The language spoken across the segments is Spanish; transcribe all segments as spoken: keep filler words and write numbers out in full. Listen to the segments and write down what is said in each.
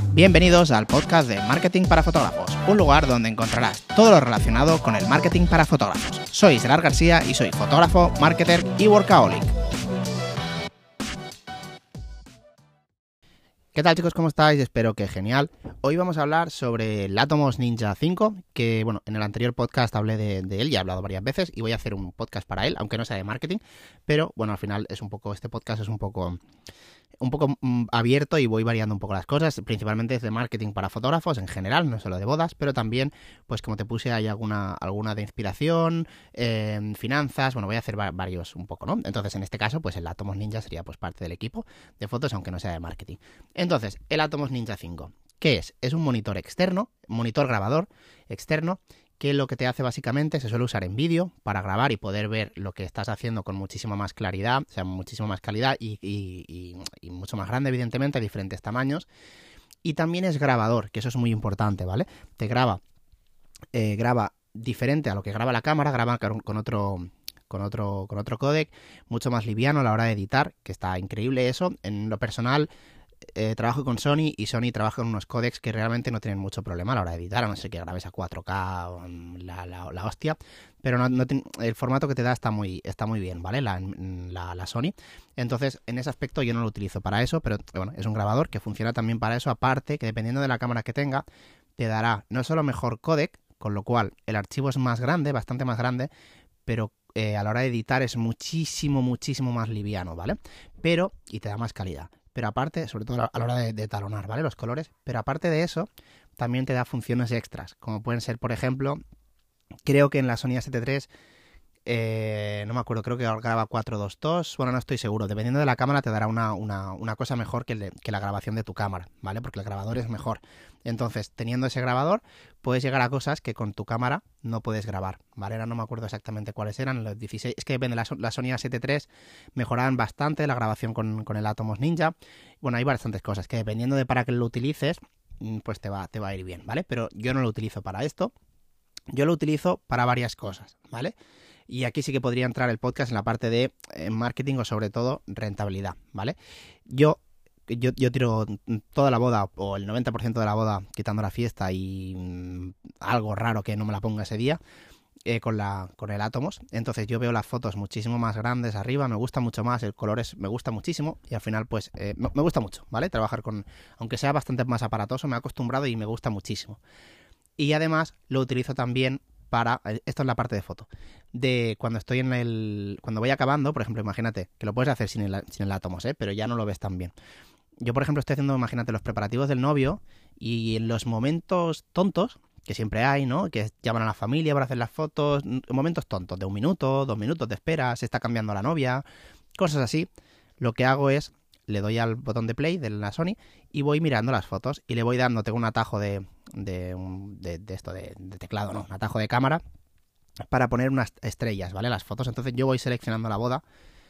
Bienvenidos al podcast de Marketing para Fotógrafos, un lugar donde encontrarás todo lo relacionado con el marketing para fotógrafos. Soy Gerard García y soy fotógrafo, marketer y workaholic. ¿Qué tal, chicos? ¿Cómo estáis? Espero que genial. Hoy vamos a hablar sobre el Atomos Ninja cinco, que bueno, en el anterior podcast hablé de, de él, ya he hablado varias veces y voy a hacer un podcast para él, aunque no sea de marketing, pero bueno, al final es un poco, este podcast es un poco... un poco mm, abierto y voy variando un poco las cosas, principalmente es de marketing para fotógrafos en general, no solo de bodas, pero también, pues como te puse, hay alguna, alguna de inspiración, eh, finanzas, bueno, voy a hacer va- varios un poco, ¿no? Entonces, en este caso, pues el Atomos Ninja sería pues parte del equipo de fotos, aunque no sea de marketing. Entonces, el Atomos Ninja cinco, ¿qué es? Es un monitor externo, monitor grabador externo, que lo que te hace básicamente se suele usar en vídeo para grabar y poder ver lo que estás haciendo con muchísima más claridad, o sea, muchísima más calidad y, y, y, y mucho más grande, evidentemente, a diferentes tamaños. Y también es grabador, que eso es muy importante, ¿vale? Te graba, eh, graba diferente a lo que graba la cámara, graba con otro... con otro, con otro códec, mucho más liviano a la hora de editar, que está increíble eso. En lo personal, Eh, trabajo con Sony y Sony trabaja con unos códecs que realmente no tienen mucho problema a la hora de editar, a no ser que grabes a cuatro K o la, la, la hostia, pero no, no te, el formato que te da está muy, está muy bien, ¿vale? La, la, la Sony. Entonces, en ese aspecto yo no lo utilizo para eso, pero bueno, es un grabador que funciona también para eso, aparte que dependiendo de la cámara que tenga, te dará no solo mejor códec, con lo cual el archivo es más grande, bastante más grande, pero eh, a la hora de editar es muchísimo, muchísimo más liviano, ¿vale? Pero, y te da más calidad. Pero aparte, sobre todo a la hora de, de talonar, ¿vale? Los colores. Pero aparte de eso, también te da funciones extras, como pueden ser, por ejemplo, creo que en la Sony A siete tres, eh, no me acuerdo, creo que graba cuatro dos dos, bueno, no estoy seguro. Dependiendo de la cámara te dará una, una, una cosa mejor que, le, que la grabación de tu cámara, ¿vale? Porque el grabador es mejor. Entonces, teniendo ese grabador, puedes llegar a cosas que con tu cámara no puedes grabar, ¿vale? Ahora no me acuerdo exactamente cuáles eran, los dieciséis, es que depende, la, la Sony A siete tres mejoraban bastante la grabación con, con el Atomos Ninja. Bueno, hay bastantes cosas que dependiendo de para qué lo utilices, pues te va, te va a ir bien, ¿vale? Pero yo no lo utilizo para esto, yo lo utilizo para varias cosas, ¿vale? Y aquí sí que podría entrar el podcast en la parte de eh, marketing o sobre todo rentabilidad, ¿vale? Yo, yo, yo tiro toda la boda o el noventa por ciento de la boda quitando la fiesta y mmm, algo raro que no me la ponga ese día eh, con, la, con el Atomos. Entonces yo veo las fotos muchísimo más grandes arriba, me gusta mucho más, el color es, me gusta muchísimo y al final pues eh, me, me gusta mucho, ¿vale? Trabajar con, aunque sea bastante más aparatoso, me he acostumbrado y me gusta muchísimo. Y además lo utilizo también para, esto es la parte de foto, de cuando estoy en el, cuando voy acabando, por ejemplo, imagínate, que lo puedes hacer sin el, sin el Atomos, ¿eh? Pero ya no lo ves tan bien. Yo, por ejemplo, estoy haciendo, imagínate, los preparativos del novio y en los momentos tontos, que siempre hay, ¿no? Que llaman a la familia para hacer las fotos, momentos tontos, de un minuto, dos minutos de espera, se está cambiando la novia, cosas así, lo que hago es, le doy al botón de play de la Sony y voy mirando las fotos y le voy dando, tengo un atajo de, de, de, de esto, de, de teclado, no, un atajo de cámara para poner unas estrellas, ¿vale? Las fotos, entonces yo voy seleccionando la boda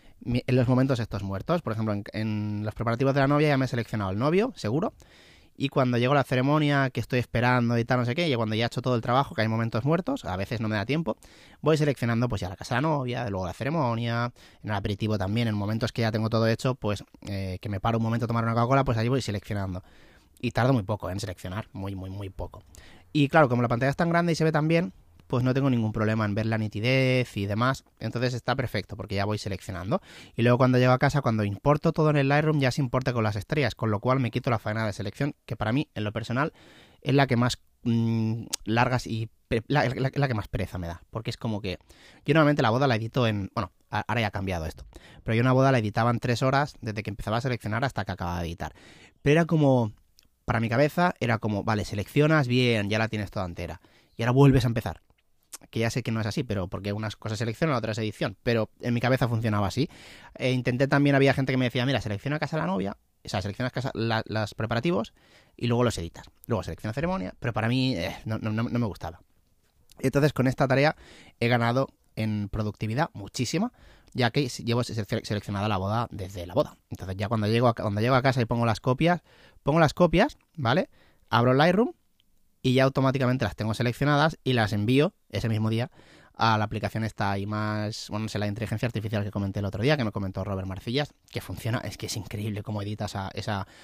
en los momentos estos muertos, por ejemplo, en, en los preparativos de la novia ya me he seleccionado el novio, seguro, y cuando llego a la ceremonia, que estoy esperando y tal, no sé qué, y cuando ya he hecho todo el trabajo, que hay momentos muertos, a veces no me da tiempo, voy seleccionando pues ya la casa de la novia, luego la ceremonia, en el aperitivo también, en momentos que ya tengo todo hecho, pues eh, que me paro un momento a tomar una Coca-Cola, pues ahí voy seleccionando. Y tardo muy poco en seleccionar, muy, muy, muy poco. Y claro, como la pantalla es tan grande y se ve tan bien, pues no tengo ningún problema en ver la nitidez y demás. Entonces está perfecto porque ya voy seleccionando. Y luego cuando llego a casa, cuando importo todo en el Lightroom, ya se importa con las estrellas, con lo cual me quito la faena de selección, que para mí, en lo personal, es la que más mmm, largas y... La, la, la que más pereza me da. Porque es como que... Yo normalmente la boda la edito en... Bueno, ahora ya ha cambiado esto. Pero yo una boda la editaba en tres horas desde que empezaba a seleccionar hasta que acababa de editar. Pero era como... Para mi cabeza era como, vale, seleccionas bien, ya la tienes toda entera. Y ahora vuelves a empezar. Que ya sé que no es así, pero porque unas cosas seleccionan, otras edición, pero en mi cabeza funcionaba así. E intenté también, había gente que me decía, mira, selecciona casa de la novia, o sea, seleccionas casa, la, los preparativos y luego los editas. Luego selecciona ceremonia, pero para mí eh, no, no, no me gustaba. Entonces, con esta tarea he ganado en productividad muchísima, ya que llevo seleccionada la boda desde la boda. Entonces, ya cuando llego a, cuando llego a casa y pongo las copias, pongo las copias, ¿vale? Abro Lightroom y ya automáticamente las tengo seleccionadas y las envío ese mismo día a la aplicación esta y más, bueno, no sé, la inteligencia artificial que comenté el otro día, que me comentó Robert Marcillas, que funciona, es que es increíble cómo edita esa, esa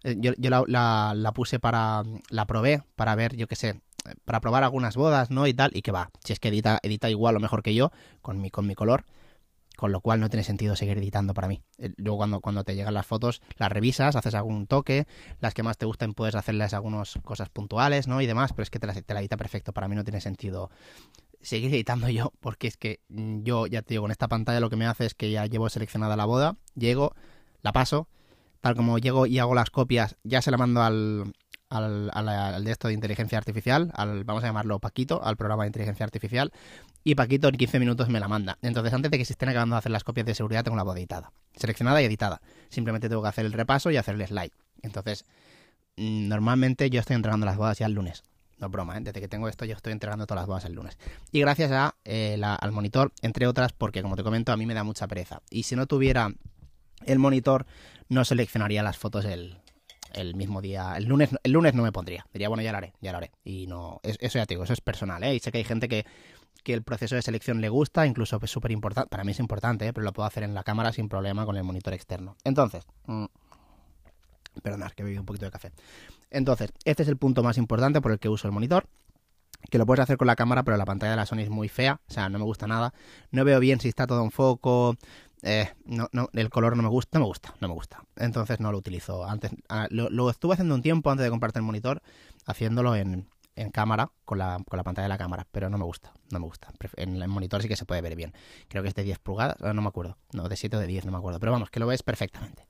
Eh, Yo, yo la, la, la puse para... La probé para ver, yo qué sé, para probar algunas bodas, ¿no? Y tal, y que va, si es que edita, edita igual o mejor que yo, con mi, con mi color, con lo cual no tiene sentido seguir editando para mí. Eh, Luego cuando, cuando te llegan las fotos, las revisas, haces algún toque, las que más te gusten puedes hacerles algunas cosas puntuales, ¿no? Y demás, pero es que te la, te la edita perfecto, para mí no tiene sentido seguir editando yo, porque es que mm, yo, ya te digo, en esta pantalla lo que me hace es que ya llevo seleccionada la boda, llego, la paso, tal como llego y hago las copias, ya se la mando al, al, al, al de esto de inteligencia artificial, al, vamos a llamarlo Paquito, al programa de inteligencia artificial, y Paquito en quince minutos me la manda. Entonces, antes de que se estén acabando de hacer las copias de seguridad, tengo la boda editada, seleccionada y editada. Simplemente tengo que hacer el repaso y hacer el slide. Entonces, mm, normalmente yo estoy entregando las bodas ya el lunes. No es broma, ¿eh? Desde que tengo esto yo estoy entregando todas las bodas el lunes. Y gracias a, eh, la, al monitor, entre otras, porque como te comento, a mí me da mucha pereza. Y si no tuviera el monitor, no seleccionaría las fotos el, el mismo día. El lunes, el lunes no me pondría. Diría, bueno, ya lo haré, ya lo haré. Y no, es, eso ya te digo, eso es personal, ¿eh? Y sé que hay gente que, que el proceso de selección le gusta, incluso es súper importante. Para mí es importante, ¿eh? Pero lo puedo hacer en la cámara sin problema con el monitor externo. Entonces... Mmm, Perdonad, que he bebido un poquito de café. Entonces, este es el punto más importante por el que uso el monitor. Que lo puedes hacer con la cámara, pero la pantalla de la Sony es muy fea. O sea, no me gusta nada. No veo bien si está todo en foco. Eh, no, no, el color no me gusta. No me gusta, no me gusta. Entonces no lo utilizo. Antes ah, lo, lo estuve haciendo un tiempo antes de comprarte el monitor. Haciéndolo en, en cámara, con la, con la pantalla de la cámara. Pero no me gusta, no me gusta. En el monitor sí que se puede ver bien. Creo que es de diez pulgadas. No me acuerdo. No, de siete o de diez, no me acuerdo. Pero vamos, que lo ves perfectamente.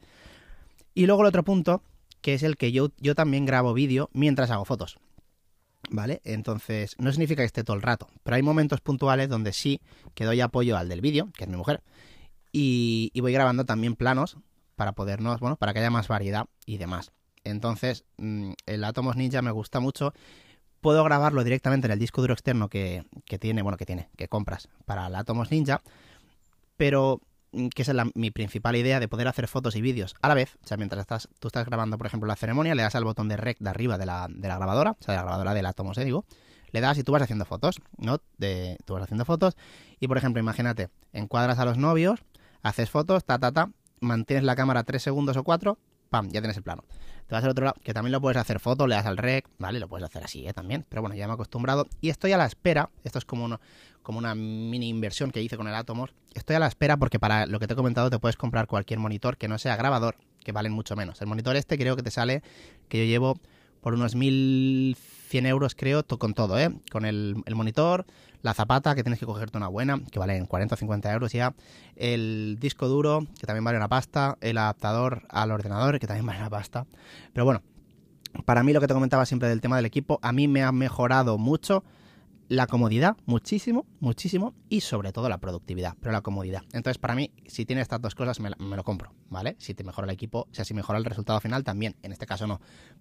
Y luego el otro punto, que es el que yo, yo también grabo vídeo mientras hago fotos, ¿vale? Entonces, no significa que esté todo el rato, pero hay momentos puntuales donde sí que doy apoyo al del vídeo, que es mi mujer, y, y voy grabando también planos para podernos, bueno, para que haya más variedad y demás. Entonces, el Atomos Ninja me gusta mucho. Puedo grabarlo directamente en el disco duro externo que, que tiene, bueno, que tiene, que compras para el Atomos Ninja, pero... que esa es la, mi principal idea de poder hacer fotos y vídeos a la vez. O sea, mientras estás, tú estás grabando, por ejemplo, la ceremonia, le das al botón de rec de arriba de la, de la grabadora, o sea, de la grabadora del Atomos, eh, digo, le das y tú vas haciendo fotos, ¿no? De, tú vas haciendo fotos y, por ejemplo, imagínate, encuadras a los novios, haces fotos, ta, ta, ta, mantienes la cámara tres segundos o cuatro, pam, ya tienes el plano. Te vas al otro lado, que también lo puedes hacer foto, le das al rec, vale, lo puedes hacer así, ¿eh? También, pero bueno, ya me he acostumbrado y estoy a la espera, esto es como, uno, como una mini inversión que hice con el Atomos, estoy a la espera porque para lo que te he comentado te puedes comprar cualquier monitor que no sea grabador, que valen mucho menos. El monitor este creo que te sale, que yo llevo por unos mil cien euros creo, to, con todo, ¿eh? Con el, el monitor, la zapata, que tienes que cogerte una buena, que valen cuarenta o cincuenta euros ya, el disco duro, que también vale una pasta, el adaptador al ordenador, que también vale una pasta. Pero bueno, para mí lo que te comentaba siempre del tema del equipo, a mí me ha mejorado mucho la comodidad, muchísimo, muchísimo, y sobre todo la productividad, pero la comodidad. Entonces, para mí, si tiene estas dos cosas, me, me lo compro, ¿vale? Si te mejora el equipo, o sea, si mejora el resultado final, también, en este caso no.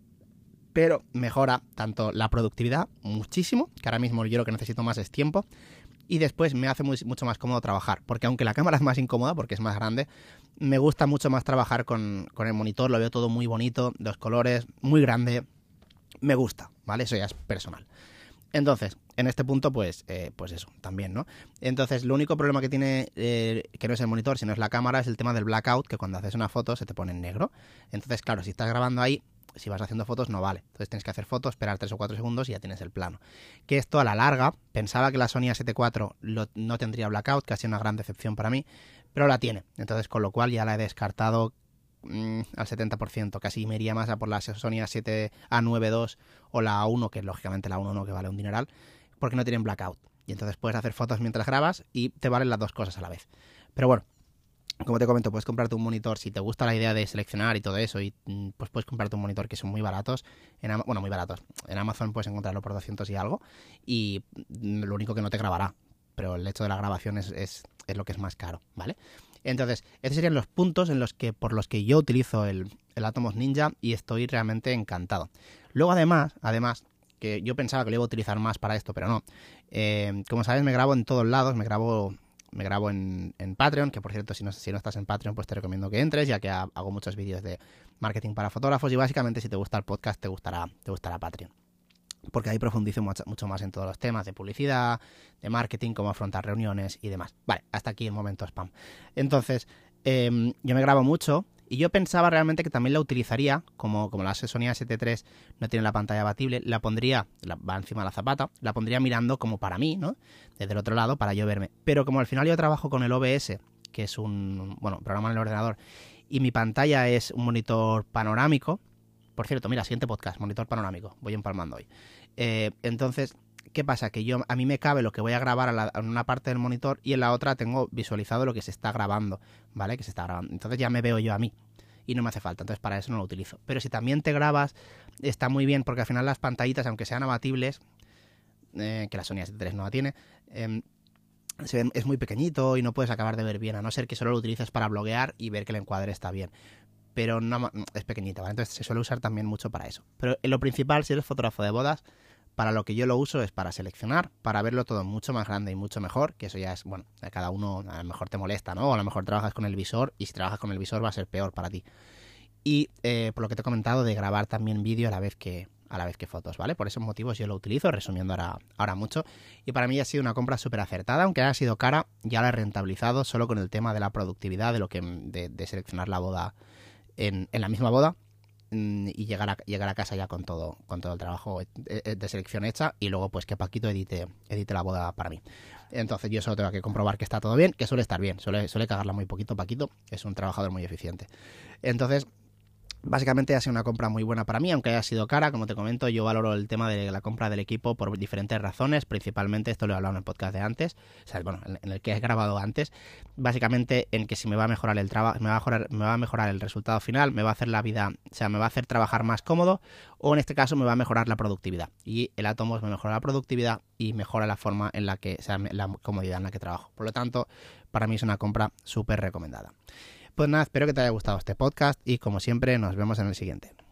Pero mejora tanto la productividad muchísimo, que ahora mismo yo lo que necesito más es tiempo, y después me hace muy, mucho más cómodo trabajar, porque aunque la cámara es más incómoda, porque es más grande, me gusta mucho más trabajar con, con el monitor, lo veo todo muy bonito, los colores, muy grande, me gusta, ¿vale? Eso ya es personal. Entonces, en este punto, pues, eh, pues eso, también, ¿no? Entonces, lo único problema que tiene, eh, que no es el monitor, sino es la cámara, es el tema del blackout, que cuando haces una foto se te pone en negro. Entonces, claro, si estás grabando ahí, si vas haciendo fotos no vale. Entonces tienes que hacer fotos, esperar tres o cuatro segundos y ya tienes el plano. Que esto a la larga, pensaba que la Sony A siete cuatro lo, no tendría blackout, que ha sido una gran decepción para mí, pero la tiene. Entonces con lo cual ya la he descartado mmm, al setenta por ciento. Casi me iría más a por la Sony A siete A nueve dos o la A uno, que lógicamente la A uno no, que vale un dineral, porque no tienen blackout. Y entonces puedes hacer fotos mientras grabas y te valen las dos cosas a la vez. Pero bueno, como te comento, puedes comprarte un monitor si te gusta la idea de seleccionar y todo eso, y pues puedes comprarte un monitor que son muy baratos, en, bueno, muy baratos, en Amazon puedes encontrarlo por doscientos y algo, y lo único que no te grabará, pero el hecho de la grabación es, es, es lo que es más caro, ¿vale? Entonces, estos serían los puntos en los que, por los que yo utilizo el, el Atomos Ninja y estoy realmente encantado. Luego además, además, que yo pensaba que lo iba a utilizar más para esto, pero no, eh, como sabes me grabo en todos lados, me grabo... Me grabo en, en Patreon, que por cierto, si no, si no estás en Patreon, pues te recomiendo que entres, ya que ha, hago muchos vídeos de marketing para fotógrafos y básicamente si te gusta el podcast, te gustará, te gustará Patreon. Porque ahí profundizo mucho, mucho más en todos los temas de publicidad, de marketing, cómo afrontar reuniones y demás. Vale, hasta aquí el momento spam. Entonces, eh, yo me grabo mucho Y yo pensaba realmente que también la utilizaría, como, como la Sony A S T tres no tiene la pantalla abatible, la pondría, la, va encima de la zapata, la pondría mirando como para mí, ¿no? Desde el otro lado, para yo verme. Pero como al final yo trabajo con el O B S, que es un, bueno, programa en el ordenador, y mi pantalla es un monitor panorámico. Por cierto, mira, siguiente podcast, monitor panorámico, voy empalmando hoy. Eh, entonces, ¿qué pasa? Que yo a mí me cabe lo que voy a grabar a la, en una parte del monitor y en la otra tengo visualizado lo que se está grabando, ¿vale? Que se está grabando. Entonces ya me veo yo a mí y no me hace falta, entonces para eso no lo utilizo. Pero si también te grabas, está muy bien porque al final las pantallitas, aunque sean abatibles, eh, que la Sony A S T tres no la tiene, eh, se ven, es muy pequeñito y no puedes acabar de ver bien, a no ser que solo lo utilices para bloguear y ver que el encuadre está bien. Pero no, es pequeñita, ¿vale? Entonces se suele usar también mucho para eso. Pero en lo principal, si eres fotógrafo de bodas, para lo que yo lo uso es para seleccionar, para verlo todo mucho más grande y mucho mejor, que eso ya es, bueno, a cada uno a lo mejor te molesta, ¿no? O a lo mejor trabajas con el visor y si trabajas con el visor va a ser peor para ti. Y eh, por lo que te he comentado de grabar también vídeo a la vez que a la vez que fotos, ¿vale? Por esos motivos yo lo utilizo, resumiendo ahora, ahora mucho. Y para mí ha sido una compra súper acertada, aunque haya sido cara, ya la he rentabilizado solo con el tema de la productividad, de lo que de, de seleccionar la boda en, en la misma boda y llegar a, llegar a casa ya con todo con todo el trabajo de selección hecha y luego pues que Paquito edite, edite la boda para mí. Entonces yo solo tengo que comprobar que está todo bien, que suele estar bien, suele, suele cagarla muy poquito Paquito, es un trabajador muy eficiente. Entonces básicamente ha sido una compra muy buena para mí, aunque haya sido cara, como te comento, yo valoro el tema de la compra del equipo por diferentes razones, principalmente, esto lo he hablado en el podcast de antes, o sea, bueno, en el que he grabado antes, básicamente en que si me va a mejorar el trabajo, me va a mejorar, me va a mejorar el resultado final, me va a hacer la vida, o sea, me va a hacer trabajar más cómodo, o en este caso me va a mejorar la productividad, y el Atomos me mejora la productividad y mejora la forma en la que, o sea, la comodidad en la que trabajo, por lo tanto, para mí es una compra súper recomendada. Pues nada, espero que te haya gustado este podcast y como siempre nos vemos en el siguiente.